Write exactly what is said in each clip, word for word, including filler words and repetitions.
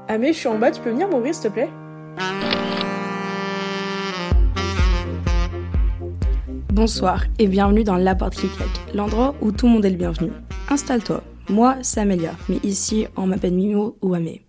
Ah mais je suis en bas, tu peux venir m'ouvrir s'il te plaît? Bonsoir et bienvenue dans La Porte qui claque, l'endroit où tout le monde est le bienvenu. Installe-toi, moi c'est Amélia, mais ici on m'appelle Mimo ou Amé.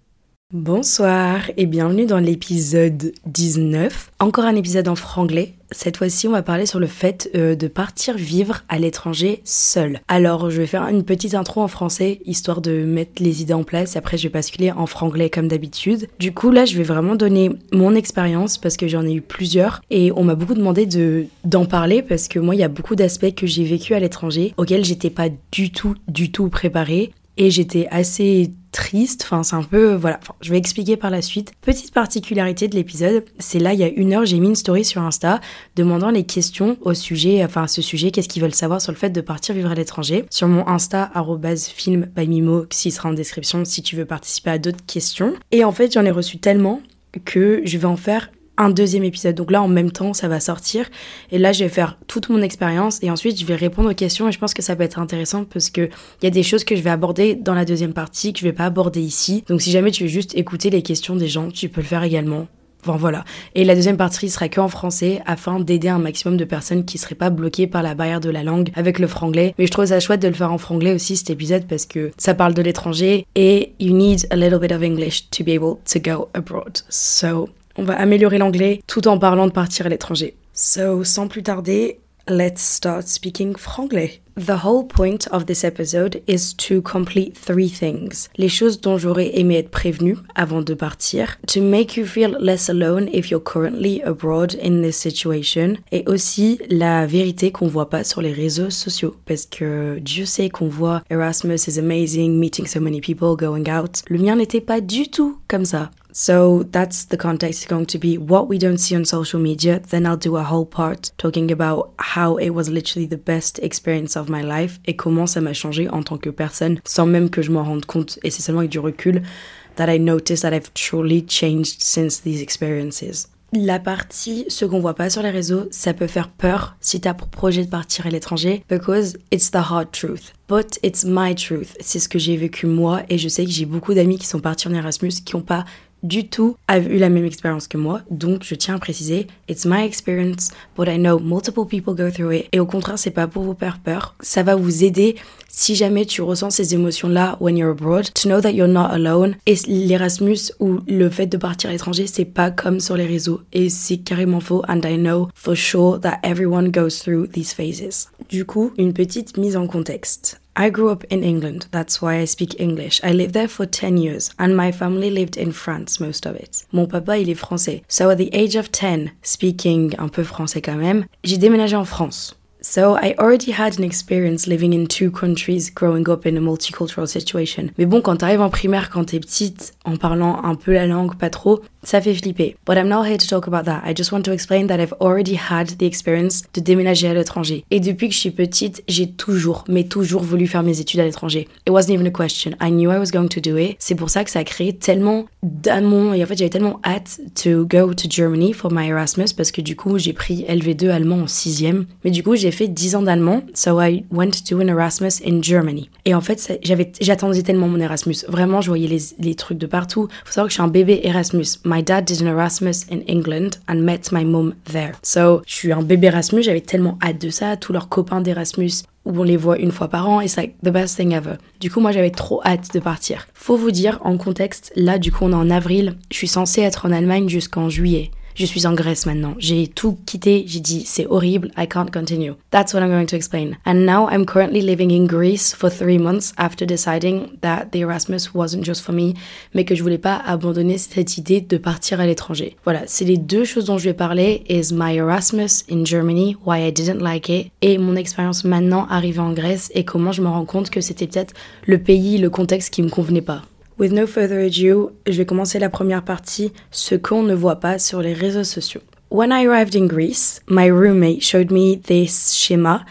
Bonsoir et bienvenue dans l'épisode dix-neuf, encore un épisode en franglais. Cette fois-ci, on va parler sur le fait euh, de partir vivre à l'étranger seul. Alors, je vais faire une petite intro en français, histoire de mettre les idées en place, et après je vais basculer en franglais comme d'habitude. Du coup, là, je vais vraiment donner mon expérience, parce que j'en ai eu plusieurs, et on m'a beaucoup demandé de, d'en parler, parce que moi, il y a beaucoup d'aspects que j'ai vécu à l'étranger, auxquels j'étais pas du tout, du tout préparée. Et j'étais assez triste, enfin c'est un peu, voilà, enfin, je vais expliquer par la suite. Petite particularité de l'épisode, c'est là il y a une heure j'ai mis une story sur Insta demandant les questions au sujet, enfin à ce sujet, qu'est-ce qu'ils veulent savoir sur le fait de partir vivre à l'étranger. Sur mon Insta, arobase film by Mimo, qui sera en description si tu veux participer à d'autres questions. Et en fait j'en ai reçu tellement que je vais en faire un deuxième épisode. Donc là, en même temps, ça va sortir. Et là, je vais faire toute mon expérience et ensuite, je vais répondre aux questions et je pense que ça peut être intéressant parce que il y a des choses que je vais aborder dans la deuxième partie que je vais pas aborder ici. Donc si jamais tu veux juste écouter les questions des gens, tu peux le faire également. Enfin voilà. Et la deuxième partie sera que en français afin d'aider un maximum de personnes qui seraient pas bloquées par la barrière de la langue avec le franglais. Mais je trouve ça chouette de le faire en franglais aussi cet épisode parce que ça parle de l'étranger et you need a little bit of English to be able to go abroad. So on va améliorer l'anglais tout en parlant de partir à l'étranger. So, sans plus tarder, let's start speaking franglais. The whole point of this episode is to complete three things. Les choses dont j'aurais aimé être prévenue avant de partir. To make you feel less alone if you're currently abroad in this situation. Et aussi la vérité qu'on voit pas sur les réseaux sociaux. Parce que Dieu sait qu'on voit Erasmus is amazing, meeting so many people, going out. Le mien n'était pas du tout comme ça. So that's the context is going to be what we don't see on social media. Then I'll do a whole part talking about how it was literally the best experience of my life et comment ça m'a changé en tant que personne sans même que je m'en rende compte. Et c'est seulement avec du recul that I noticed that I've truly changed since these experiences. La partie, ce qu'on voit pas sur les réseaux, ça peut faire peur si t'as pour projet de partir à l'étranger because it's the hard truth. But it's my truth. C'est ce que j'ai vécu moi et je sais que j'ai beaucoup d'amis qui sont partis en Erasmus qui ont pas du tout eu la même expérience que moi, donc je tiens à préciser, it's my experience, but I know multiple people go through it, et au contraire, c'est pas pour vous faire peur, ça va vous aider si jamais tu ressens ces émotions-là when you're abroad, to know that you're not alone, et l'Erasmus ou le fait de partir à l'étranger, c'est pas comme sur les réseaux, et c'est carrément faux, and I know for sure that everyone goes through these phases. Du coup, une petite mise en contexte. I grew up in England, that's why I speak English. I lived there for ten years, and my family lived in France, most of it. Mon papa, il est français. So at the age of ten, speaking un peu français quand même, j'ai déménagé en France. So I already had an experience living in two countries growing up in a multicultural situation. Mais bon, quand t'arrives en primaire, quand t'es petite, en parlant un peu la langue, pas trop, ça fait flipper. But I'm not here to talk about that. I just want to explain that I've already had the experience de déménager à l'étranger. Et depuis que je suis petite, j'ai toujours, mais toujours voulu faire mes études à l'étranger. It wasn't even a question. I knew I was going to do it. C'est pour ça que ça a créé tellement d'amont. Et en fait, j'avais tellement hâte to go to Germany for my Erasmus parce que du coup, j'ai pris L V deux allemand en sixième. Mais du coup, j'ai fait dix ans d'allemand. So I went to an Erasmus in Germany. Et en fait, ça, j'avais, j'attendais tellement mon Erasmus. Vraiment, je voyais les, les trucs de partout. Faut savoir que je suis un bébé Erasmus. My dad did an Erasmus in England and met my mom there. So, je suis un bébé Erasmus, j'avais tellement hâte de ça, tous leurs copains d'Erasmus où on les voit une fois par an, it's like the best thing ever. Du coup, moi, j'avais trop hâte de partir. Faut vous dire, en contexte, là, du coup, on est en avril, je suis censée être en Allemagne jusqu'en juillet. Je suis en Grèce maintenant. J'ai tout quitté. J'ai dit, c'est horrible. I can't continue. That's what I'm going to explain. And now I'm currently living in Greece for three months after deciding that the Erasmus wasn't just for me, mais que je voulais pas abandonner cette idée de partir à l'étranger. Voilà, c'est les deux choses dont je vais parler. Is my Erasmus in Germany, why I didn't like it, et mon expérience maintenant arrivée en Grèce et comment je me rends compte que c'était peut-être le pays, le contexte qui me convenait pas. With no further ado, je vais commencer la première partie, ce qu'on ne voit pas sur les réseaux sociaux. When I arrived in Greece, my roommate showed me this schema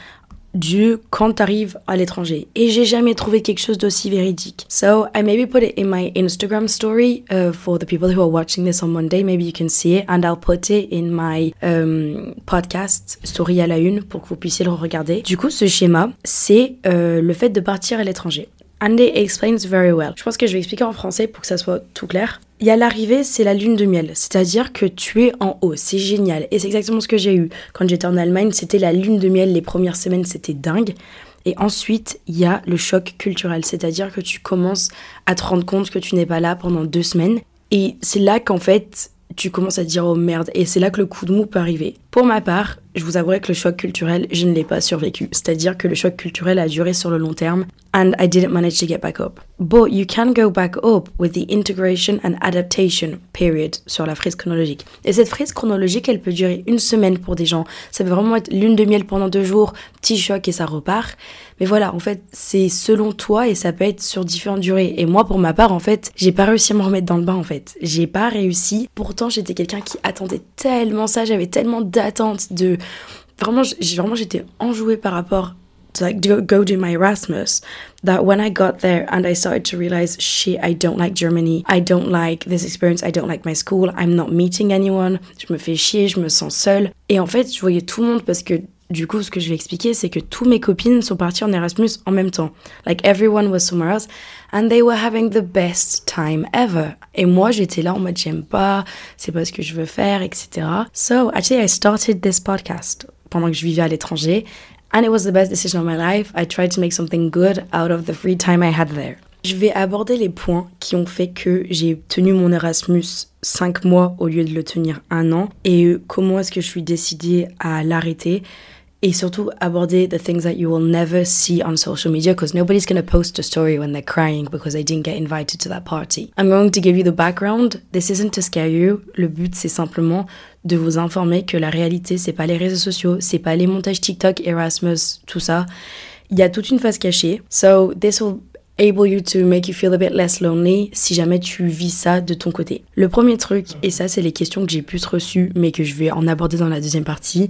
du quand t'arrives à l'étranger. Et j'ai jamais trouvé quelque chose d'aussi véridique. So, I maybe put it in my Instagram story uh, for the people who are watching this on Monday. Maybe you can see it. And I'll put it in my um, podcast story à la une pour que vous puissiez le regarder. Du coup, ce schéma, c'est euh, le fait de partir à l'étranger. And it explains very well. Je pense que je vais expliquer en français pour que ça soit tout clair. il y a l'arrivée, c'est la lune de miel, c'est-à-dire que tu es en haut, c'est génial. Et c'est exactement ce que j'ai eu quand j'étais en Allemagne, c'était la lune de miel, les premières semaines, c'était dingue. Et ensuite, il y a le choc culturel, c'est-à-dire que tu commences à te rendre compte que tu n'es pas là pendant deux semaines. Et c'est là qu'en fait, tu commences à te dire « oh merde », et c'est là que le coup de mou peut arriver. Pour ma part, je vous avouerai que le choc culturel, je ne l'ai pas survécu. C'est-à-dire que le choc culturel a duré sur le long terme and I didn't manage to get back up. But you can go back up with the integration and adaptation period sur la frise chronologique. Et cette frise chronologique, elle peut durer une semaine pour des gens. Ça peut vraiment être lune de miel pendant deux jours, petit choc et ça repart. Mais voilà, en fait, c'est selon toi et ça peut être sur différentes durées. Et moi, pour ma part, en fait, j'ai pas réussi à me remettre dans le bain, en fait. J'ai pas réussi. Pourtant, j'étais quelqu'un qui attendait tellement ça, j'avais tellement d'attentes, de... Vraiment, j'ai, vraiment j'étais enjouée par rapport to like go, go do my Erasmus, that when I got there and I started to realize, shit, I don't like Germany, I don't like this experience, I don't like my school, I'm not meeting anyone, je me fais chier, je me sens seule. Et en fait, je voyais tout le monde parce que du coup, ce que je vais expliquer, c'est que tous mes copines sont parties en Erasmus en même temps. Like, everyone was somewhere else, and they were having the best time ever. Et moi, j'étais là en mode, j'aime pas, c'est pas ce que je veux faire, et cetera. So, actually, I started this podcast pendant que je vivais à l'étranger, and it was the best decision of my life. I tried to make something good out of the free time I had there. Je vais aborder les points qui ont fait que j'ai tenu mon Erasmus cinq mois au lieu de le tenir un an, et comment est-ce que je suis décidée à l'arrêter. Et surtout aborder the things that you will never see on social media because nobody's going to post a story when they're crying because they didn't get invited to that party. I'm going to give you the background. This isn't to scare you. Le but, c'est simplement de vous informer que la réalité, c'est pas les réseaux sociaux, c'est pas les montages TikTok, Erasmus, tout ça. Il y a toute une face cachée. So this will able you to make you feel a bit less lonely si jamais tu vis ça de ton côté. Le premier truc, et ça, c'est les questions que j'ai plus reçues, mais que je vais en aborder dans la deuxième partie,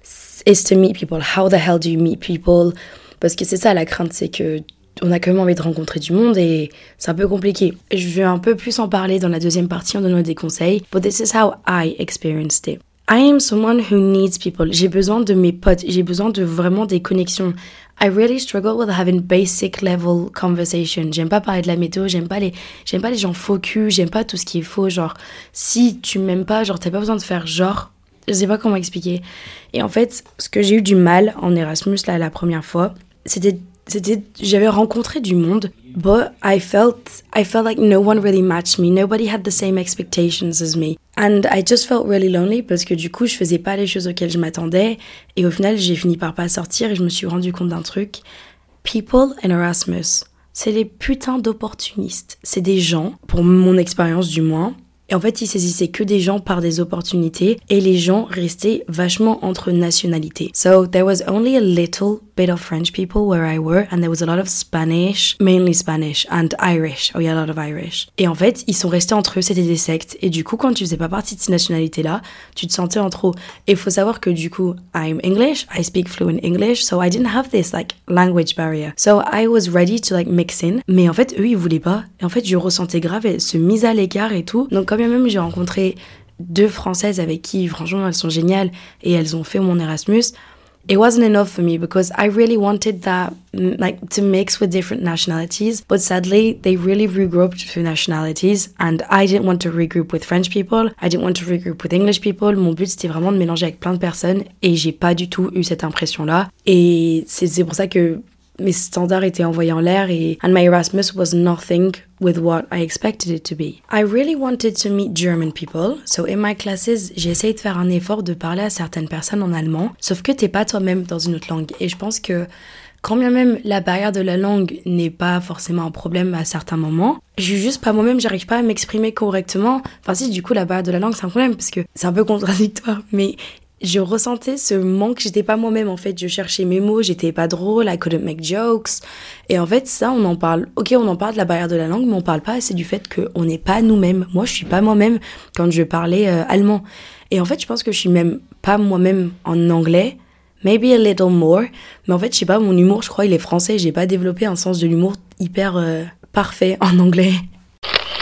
is to meet people. How the hell do you meet people? Parce que c'est ça la crainte, c'est que on a quand même envie de rencontrer du monde et c'est un peu compliqué. Je vais un peu plus en parler dans la deuxième partie en donnant des conseils. But this is how I experienced it. I am someone who needs people. J'ai besoin de mes potes. J'ai besoin de vraiment des connexions. I really struggle with having basic level conversation. J'aime pas parler de la météo, j'aime pas les, j'aime pas les gens faux cul, j'aime pas tout ce qui est faux. Genre, si tu m'aimes pas, genre, t'as pas besoin de faire genre. Je sais pas comment expliquer. Et en fait, ce que j'ai eu du mal en Erasmus, là, la première fois, c'était, c'était, j'avais rencontré du monde, but I felt, I felt like no one really matched me. Nobody had the same expectations as me. And I just felt really lonely parce que du coup, je faisais pas les choses auxquelles je m'attendais. Et au final, j'ai fini par pas sortir et je me suis rendu compte d'un truc. People in Erasmus, c'est les putains d'opportunistes. C'est des gens, pour mon expérience du moins, et en fait, ils saisissaient que des gens par des opportunités et les gens restaient vachement entre nationalités. So there was only a little bit of French people where I were and there was a lot of Spanish, mainly Spanish and Irish. Oh, yeah, a lot of Irish. Et en fait, ils sont restés entre eux, c'était des sectes. Et du coup, quand tu faisais pas partie de ces nationalités-là, tu te sentais en trop. Et il faut savoir que du coup, I'm English, I speak fluent English, so I didn't have this like language barrier. So I was ready to like mix in. Mais en fait, eux, ils voulaient pas. Et en fait, je ressentais grave ce mise à l'écart et tout. Donc, quand bien même, j'ai rencontré deux Françaises avec qui, franchement, elles sont géniales et elles ont fait mon Erasmus. It wasn't enough for me because I really wanted that, like, to mix with different nationalities. But sadly, they really regrouped through nationalities and I didn't want to regroup with French people. I didn't want to regroup with English people. Mon but, c'était vraiment de mélanger avec plein de personnes et j'ai pas du tout eu cette impression-là. Et c'est, c'est pour ça que mes standards étaient envoyés en l'air et and my Erasmus was nothing with what I expected it to be. I really wanted to meet German people, so in my classes, j'ai essayé de faire un effort de parler à certaines personnes en allemand, sauf que t'es pas toi-même dans une autre langue. Et je pense que quand bien même la barrière de la langue n'est pas forcément un problème à certains moments, je suis juste pas moi-même, j'arrive pas à m'exprimer correctement. Enfin si, du coup, la barrière de la langue, c'est un problème parce que c'est un peu contradictoire, mais je ressentais ce manque, j'étais pas moi-même en fait, je cherchais mes mots, j'étais pas drôle, I couldn't make jokes. Et en fait, ça, on en parle, ok, on en parle de la barrière de la langue, mais on parle pas assez du fait qu'on n'est pas nous-mêmes. Moi, je suis pas moi-même quand je parlais euh, allemand. Et en fait, je pense que je suis même pas moi-même en anglais, maybe a little more, mais en fait, je sais pas, mon humour, je crois, il est français, j'ai pas développé un sens de l'humour hyper euh, parfait en anglais.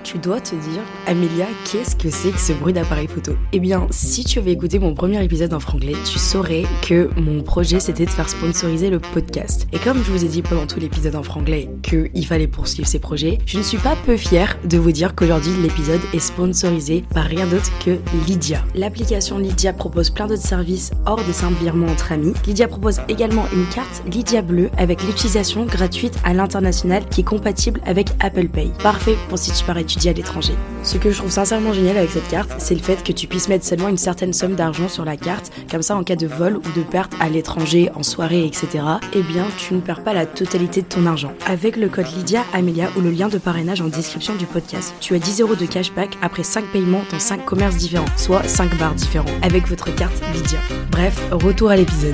tu dois te dire, Amélia, qu'est-ce que c'est que ce bruit d'appareil photo? Eh bien, si tu avais écouté mon premier épisode en franglais, tu saurais que mon projet c'était de faire sponsoriser le podcast. Et comme je vous ai dit pendant tout l'épisode en franglais qu'il fallait poursuivre ces projets, je ne suis pas peu fière de vous dire qu'aujourd'hui l'épisode est sponsorisé par rien d'autre que Lydia. L'application Lydia propose plein d'autres services hors des simples virements entre amis. Lydia propose également une carte Lydia Bleue avec l'utilisation gratuite à l'international qui est compatible avec Apple Pay. Parfait pour si tu pars étudier à l'étranger. Ce que je trouve sincèrement génial avec cette carte, c'est le fait que tu puisses mettre seulement une certaine somme d'argent sur la carte, comme ça en cas de vol ou de perte à l'étranger, en soirée, et cetera, eh bien tu ne perds pas la totalité de ton argent. Avec le code Lydia Amélia ou le lien de parrainage en description du podcast, tu as dix euros de cashback après cinq paiements dans cinq commerces différents, soit cinq bars différents, avec votre carte Lydia. Bref, retour à l'épisode.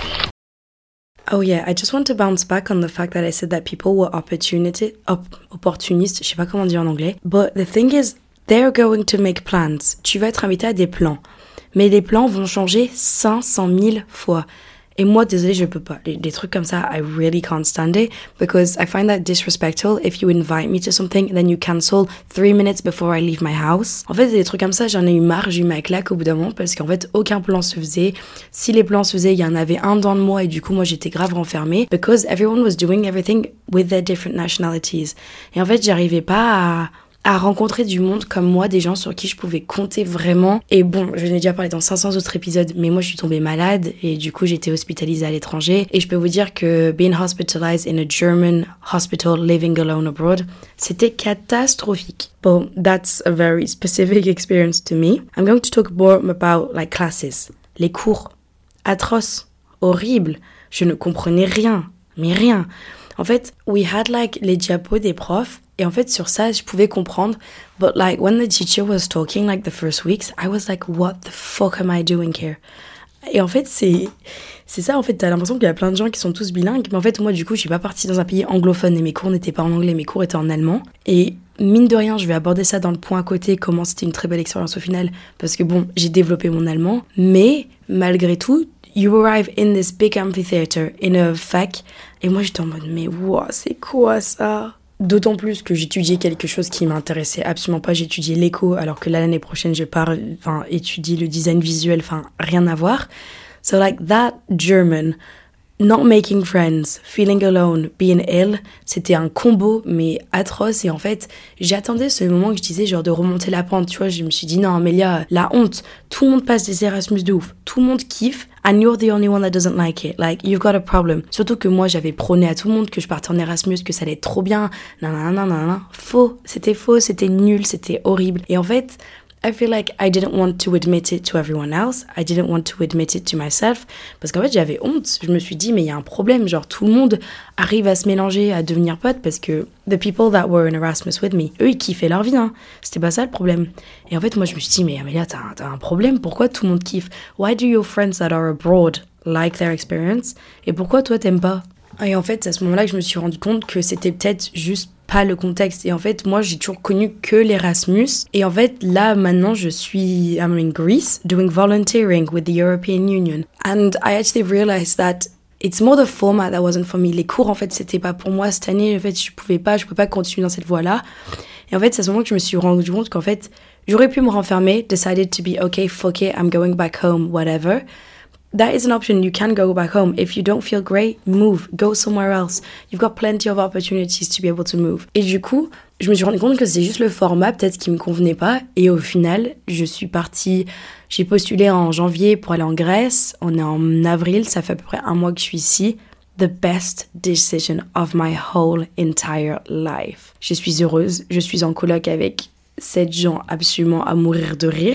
Oh yeah, I just want to bounce back on the fact that I said that people were opportunity, op, opportunistes, je sais pas comment dire en anglais, but the thing is, they're going to make plans. Tu vas être invité à des plans, mais les plans vont changer cinq cent mille fois. Et moi, désolé, je peux pas. Les, des trucs comme ça, I really can't stand it because I find that disrespectful if you invite me to something then you cancel three minutes before I leave my house. En fait, des trucs comme ça, j'en ai eu marre, j'ai eu ma claque au bout d'un moment parce qu'en fait, aucun plan se faisait. Si les plans se faisaient, il y en avait un dans le mois et du coup, moi, j'étais grave renfermée because everyone was doing everything with their different nationalities. Et en fait, j'arrivais pas à... à rencontrer du monde comme moi, des gens sur qui je pouvais compter vraiment. Et bon, je n'ai déjà parlé dans cinq cents autres épisodes, mais moi je suis tombée malade et du coup j'ai été hospitalisée à l'étranger. Et je peux vous dire que being hospitalized in a German hospital living alone abroad, c'était catastrophique. But that's a very specific experience to me. I'm going to talk more about like classes. Les cours, atroces, horribles. Je ne comprenais rien, mais rien. En fait, we had like les diapos des profs. Et en fait, sur ça, je pouvais comprendre. But like, when the teacher was talking, like the first weeks, I was like, what the fuck am I doing here? Et en fait, c'est, c'est ça, en fait, t'as l'impression qu'il y a plein de gens qui sont tous bilingues. Mais en fait, moi, du coup, je suis pas partie dans un pays anglophone et mes cours n'étaient pas en anglais, mes cours étaient en allemand. Et mine de rien, je vais aborder ça dans le point à côté, comment c'était une très belle expérience au final. Parce que bon, j'ai développé mon allemand. Mais, malgré tout, you arrive in this big amphitheater, in a fac. Et moi, j'étais en mode, mais wow, c'est quoi ça? D'autant plus que j'étudiais quelque chose qui m'intéressait absolument pas. J'étudiais l'éco, alors que là, l'année prochaine, je pars enfin, étudier le design visuel, enfin, rien à voir. So like that German, not making friends, feeling alone, being ill, c'était un combo, mais atroce. Et en fait, j'attendais ce moment que je disais, genre, de remonter la pente, tu vois. Je me suis dit, non, Amélia, la honte. Tout le monde passe des Erasmus de ouf. Tout le monde kiffe. And you're the only one that doesn't like it. Like, you've got a problem. Surtout que moi, j'avais prôné à tout le monde que je partais en Erasmus, que ça allait être trop bien. Non, non, non, non, non. Faux. C'était faux, c'était nul, c'était horrible. Et en fait, I feel like I didn't want to admit it to everyone else. I didn't want to admit it to myself. Parce qu'en fait, j'avais honte. Je me suis dit, mais il y a un problème. Genre, tout le monde arrive à se mélanger, à devenir potes parce que the people that were in Erasmus with me, eux, ils kiffaient leur vie, hein. C'était pas ça le problème. Et en fait, moi, je me suis dit, mais Amélia, t'as, t'as un problème. Pourquoi tout le monde kiffe? Why do your friends that are abroad like their experience? Et pourquoi toi, t'aimes pas? Et en fait, c'est à ce moment-là que je me suis rendu compte que c'était peut-être juste pas le contexte. Et en fait, moi, j'ai toujours connu que l'Erasmus. Et en fait, là, maintenant, je suis I'm in Greece, doing volunteering with the European Union. And I actually realized that it's more the format that wasn't for me. Les cours, en fait, c'était pas pour moi cette année. En fait, je pouvais pas, je pouvais pas continuer dans cette voie-là. Et en fait, c'est à ce moment que je me suis rendu compte qu'en fait, j'aurais pu me renfermer, decided to be, okay, fuck it, I'm going back home, whatever. That is an option. You can go back home. If you don't feel great, move. Go somewhere else. You've got plenty of opportunities to be able to move. Et du coup, je me suis rendu compte que c'est juste le format peut-être qui me convenait pas. Et au final, je suis partie... J'ai postulé en janvier pour aller en Grèce. On est en avril. Ça fait à peu près un mois que je suis ici. The best decision of my whole entire life. Je suis heureuse. Je suis en coloc avec sept gens absolument à mourir de rire.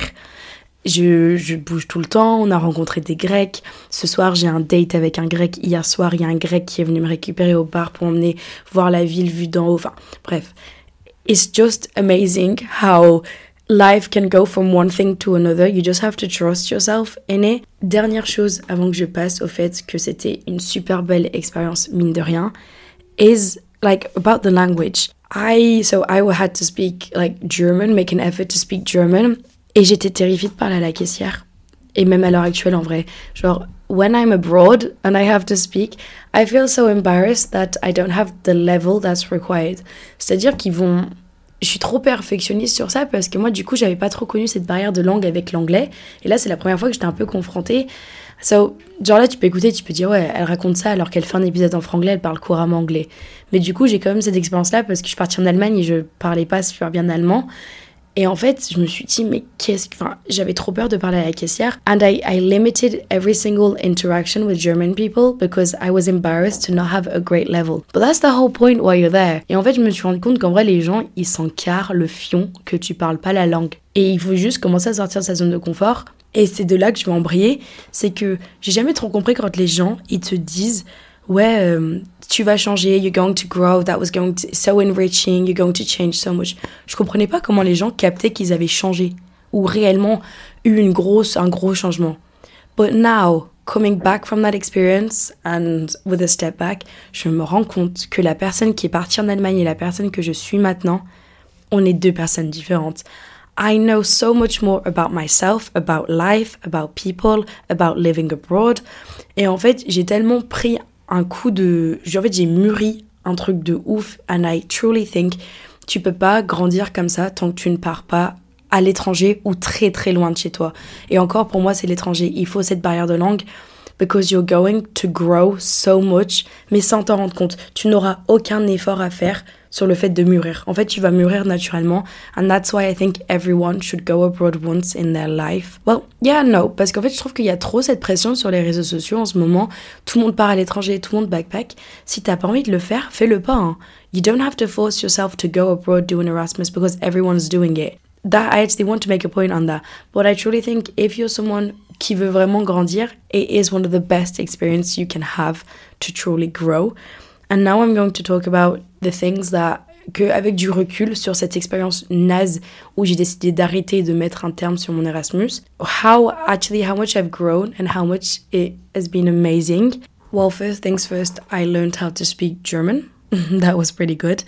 Je, je bouge tout le temps, on a rencontré des Grecs. Ce soir, j'ai un date avec un Grec. Hier soir, il y a un Grec qui est venu me récupérer au bar pour m'emmener voir la ville vue d'en haut. Enfin, bref. It's just amazing how life can go from one thing to another. You just have to trust yourself in it. Dernière chose, avant que je passe au fait que c'était une super belle expérience, mine de rien, is like about the language. I, so I had to speak like German, make an effort to speak German. Et j'étais terrifiée de parler à la caissière. Et même à l'heure actuelle, en vrai. Genre, when I'm abroad and I have to speak, I feel so embarrassed that I don't have the level that's required. C'est-à-dire qu'ils vont... je suis trop perfectionniste sur ça parce que moi, du coup, j'avais pas trop connu cette barrière de langue avec l'anglais. Et là, c'est la première fois que j'étais un peu confrontée. So, genre là, tu peux écouter, tu peux dire, ouais, elle raconte ça alors qu'elle fait un épisode en franglais, elle parle couramment anglais. Mais du coup, j'ai quand même cette expérience-là parce que je suis partie en Allemagne et je parlais pas super bien allemand. Et en fait, je me suis dit, mais qu'est-ce que... Enfin, j'avais trop peur de parler à la caissière. And I, I limited every single interaction with German people because I was embarrassed to not have a great level. But that's the whole point while you're there. Et en fait, je me suis rendu compte qu'en vrai, les gens, ils s'encarrent le fion que tu parles pas la langue. Et il faut juste commencer à sortir de sa zone de confort. Et c'est de là que je vais embrayer. C'est que j'ai jamais trop compris quand les gens, ils te disent... ouais, euh, tu vas changer, you're going to grow, that was going to so enriching, you're going to change so much. Je comprenais pas comment les gens captaient qu'ils avaient changé ou réellement eu une grosse, un gros changement. But now, coming back from that experience and with a step back, je me rends compte que la personne qui est partie en Allemagne et la personne que je suis maintenant, on est deux personnes différentes. I know so much more about myself, about life, about people, about living abroad. Et en fait, j'ai tellement pris un coup de... En fait, j'ai mûri un truc de ouf. And I truly think tu peux pas grandir comme ça tant que tu ne pars pas à l'étranger ou très très loin de chez toi. Et encore, pour moi, c'est l'étranger. Il faut cette barrière de langue because you're going to grow so much, mais sans t'en rendre compte. Tu n'auras aucun effort à faire sur le fait de mûrir. En fait, tu vas mûrir naturellement. And that's why I think everyone should go abroad once in their life. Well, yeah, no. Parce qu'en fait, je trouve qu'il y a trop cette pression sur les réseaux sociaux en ce moment. Tout le monde part à l'étranger, tout le monde backpack. Si t'as pas envie de le faire, fais-le pas. Hein. You don't have to force yourself to go abroad doing Erasmus because everyone's doing it. That, I actually want to make a point on that. But I truly think if you're someone qui veut vraiment grandir, it is one of the best experiences you can have to truly grow. And now I'm going to talk about the things that, que avec du recul sur cette expérience naze où j'ai décidé d'arrêter de mettre un terme sur mon Erasmus, how actually how much I've grown and how much it has been amazing. Well, first things first, I learned how to speak German. That was pretty good.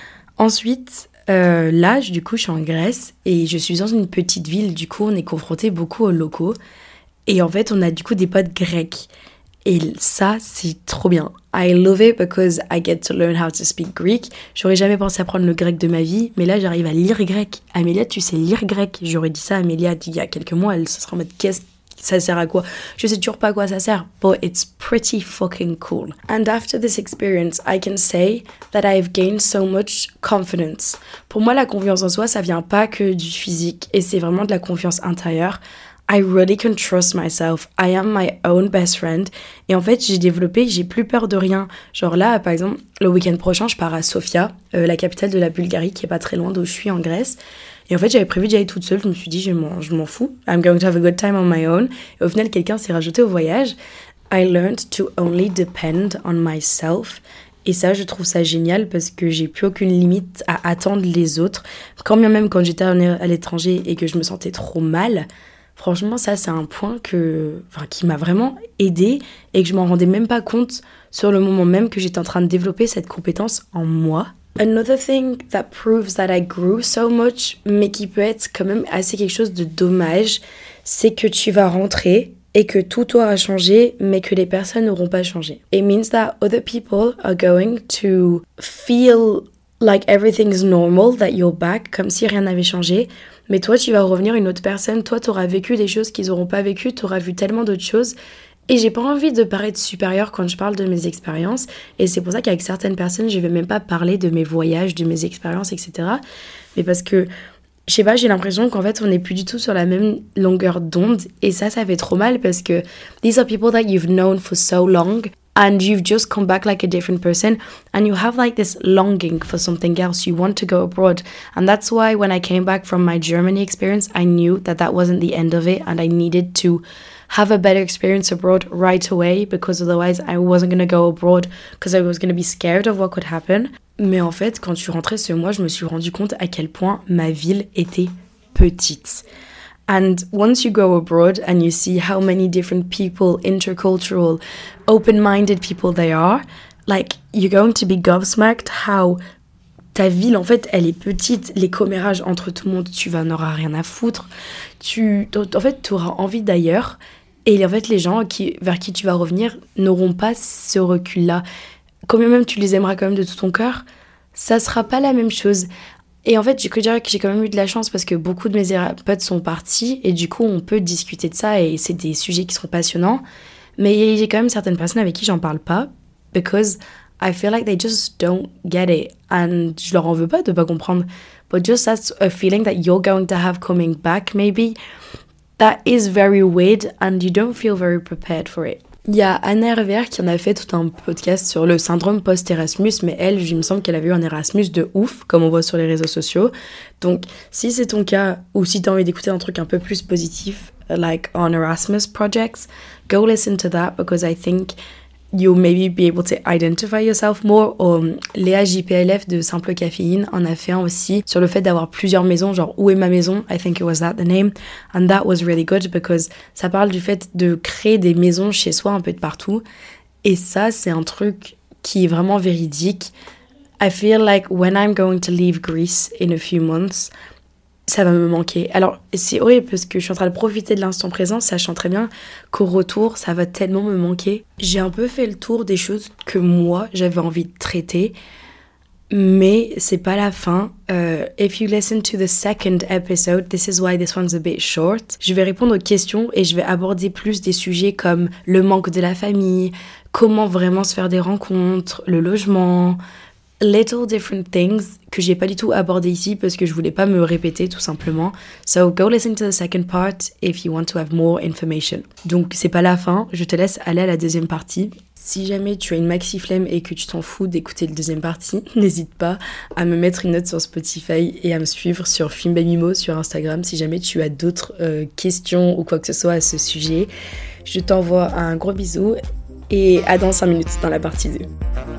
Ensuite, euh, là, du coup, je suis en Grèce et je suis dans une petite ville. Du coup, on est confronté beaucoup aux locaux. Et en fait, on a du coup des potes grecs. Et ça, c'est trop bien. I love it because I get to learn how to speak Greek. J'aurais jamais pensé apprendre le grec de ma vie, mais là, j'arrive à lire grec. Amélia, tu sais lire grec. J'aurais dit ça à Amélia il y a quelques mois. Elle se serait en mode, qu'est-ce ça sert à quoi? Je sais toujours pas à quoi ça sert, but it's pretty fucking cool. And after this experience, I can say that I've gained so much confidence. Pour moi, la confiance en soi, ça vient pas que du physique, et c'est vraiment de la confiance intérieure. I really can trust myself. I am my own best friend. Et en fait, j'ai développé, j'ai plus peur de rien. Genre là, par exemple, le week-end prochain, je pars à Sofia, euh, la capitale de la Bulgarie, qui est pas très loin d'où je suis en Grèce. Et en fait, j'avais prévu d'y aller toute seule. Je me suis dit, je m'en, je m'en fous. I'm going to have a good time on my own. Et au final, quelqu'un s'est rajouté au voyage. I learned to only depend on myself. Et ça, je trouve ça génial parce que j'ai plus aucune limite à attendre les autres. Quand bien même quand j'étais à l'étranger et que je me sentais trop mal, franchement, ça, c'est un point que, enfin, qui m'a vraiment aidée et que je m'en rendais même pas compte sur le moment même que j'étais en train de développer cette compétence en moi. Another thing that proves that I grew so much, mais qui peut être quand même assez quelque chose de dommage, c'est que tu vas rentrer et que tout aura changé, mais que les personnes n'auront pas changé. It means that other people are going to feel like everything's normal, that you're back, comme si rien n'avait changé. Mais toi, tu vas revenir une autre personne. Toi, tu auras vécu des choses qu'ils n'auront pas vécues. Tu auras vu tellement d'autres choses. Et j'ai pas envie de paraître supérieure quand je parle de mes expériences. Et c'est pour ça qu'avec certaines personnes, je vais même pas parler de mes voyages, de mes expériences, et cetera. Mais parce que, je sais pas, j'ai l'impression qu'en fait, on n'est plus du tout sur la même longueur d'onde. Et ça, ça fait trop mal parce que these are people that you've known for so long. And you've just come back like a different person. And you have like this longing for something else. You want to go abroad. And that's why when I came back from my Germany experience, I knew that that wasn't the end of it. And I needed to have a better experience abroad right away. Because otherwise I wasn't going to go abroad. Because I was going to be scared of what could happen. Mais en fait, quand je suis rentrée ce mois, je me suis rendu compte à quel point ma ville était petite. And once you go abroad and you see how many different people, intercultural, open-minded people they are, like, you're going to be gobsmacked how ta ville, en fait, elle est petite. Les commérages entre tout le monde, tu vas, n'auras rien à foutre. Tu, en fait, tu auras envie d'ailleurs. Et en fait, les gens qui, vers qui tu vas revenir n'auront pas ce recul-là. Quand même tu les aimeras quand même de tout ton cœur, ça sera pas la même chose. Et en fait, je dirais que j'ai quand même eu de la chance parce que beaucoup de mes potes sont partis et du coup, on peut discuter de ça et c'est des sujets qui sont passionnants. Mais j'ai quand même certaines personnes avec qui j'en parle pas because I feel like they just don't get it. And je leur en veux pas de pas comprendre. But just that's a feeling that you're going to have coming back maybe that is very weird and you don't feel very prepared for it. Il y a Anna Hervé qui en a fait tout un podcast sur le syndrome post-Erasmus, mais elle, il me semble qu'elle avait eu un Erasmus de ouf, comme on voit sur les réseaux sociaux. Donc, si c'est ton cas, ou si t'as envie d'écouter un truc un peu plus positif, like on Erasmus projects, go listen to that, because I think you'll maybe be able to identify yourself more. Um, Léa J P L F de Simple Caféine en a fait un aussi sur le fait d'avoir plusieurs maisons, genre où est ma maison, I think it was that the name, and that was really good because ça parle du fait de créer des maisons chez soi un peu de partout, et ça c'est un truc qui est vraiment véridique. I feel like when I'm going to leave Greece in a few months, ça va me manquer. Alors, c'est horrible parce que je suis en train de profiter de l'instant présent, sachant très bien qu'au retour, ça va tellement me manquer. J'ai un peu fait le tour des choses que moi, j'avais envie de traiter, mais c'est pas la fin. Uh, if you listen to the second episode, this is why this one's a bit short. Je vais répondre aux questions et je vais aborder plus des sujets comme le manque de la famille, comment vraiment se faire des rencontres, le logement, little different things que j'ai pas du tout abordé ici parce que je voulais pas me répéter tout simplement. So go listen to the second part if you want to have more information. Donc c'est pas la fin, je te laisse aller à la deuxième partie. Si jamais tu as une maxi flemme et que tu t'en fous d'écouter la deuxième partie, n'hésite pas à me mettre une note sur Spotify et à me suivre sur Film by Mimo sur Instagram si jamais tu as d'autres euh, questions ou quoi que ce soit à ce sujet. Je t'envoie un gros bisou et à dans cinq minutes dans la partie deux.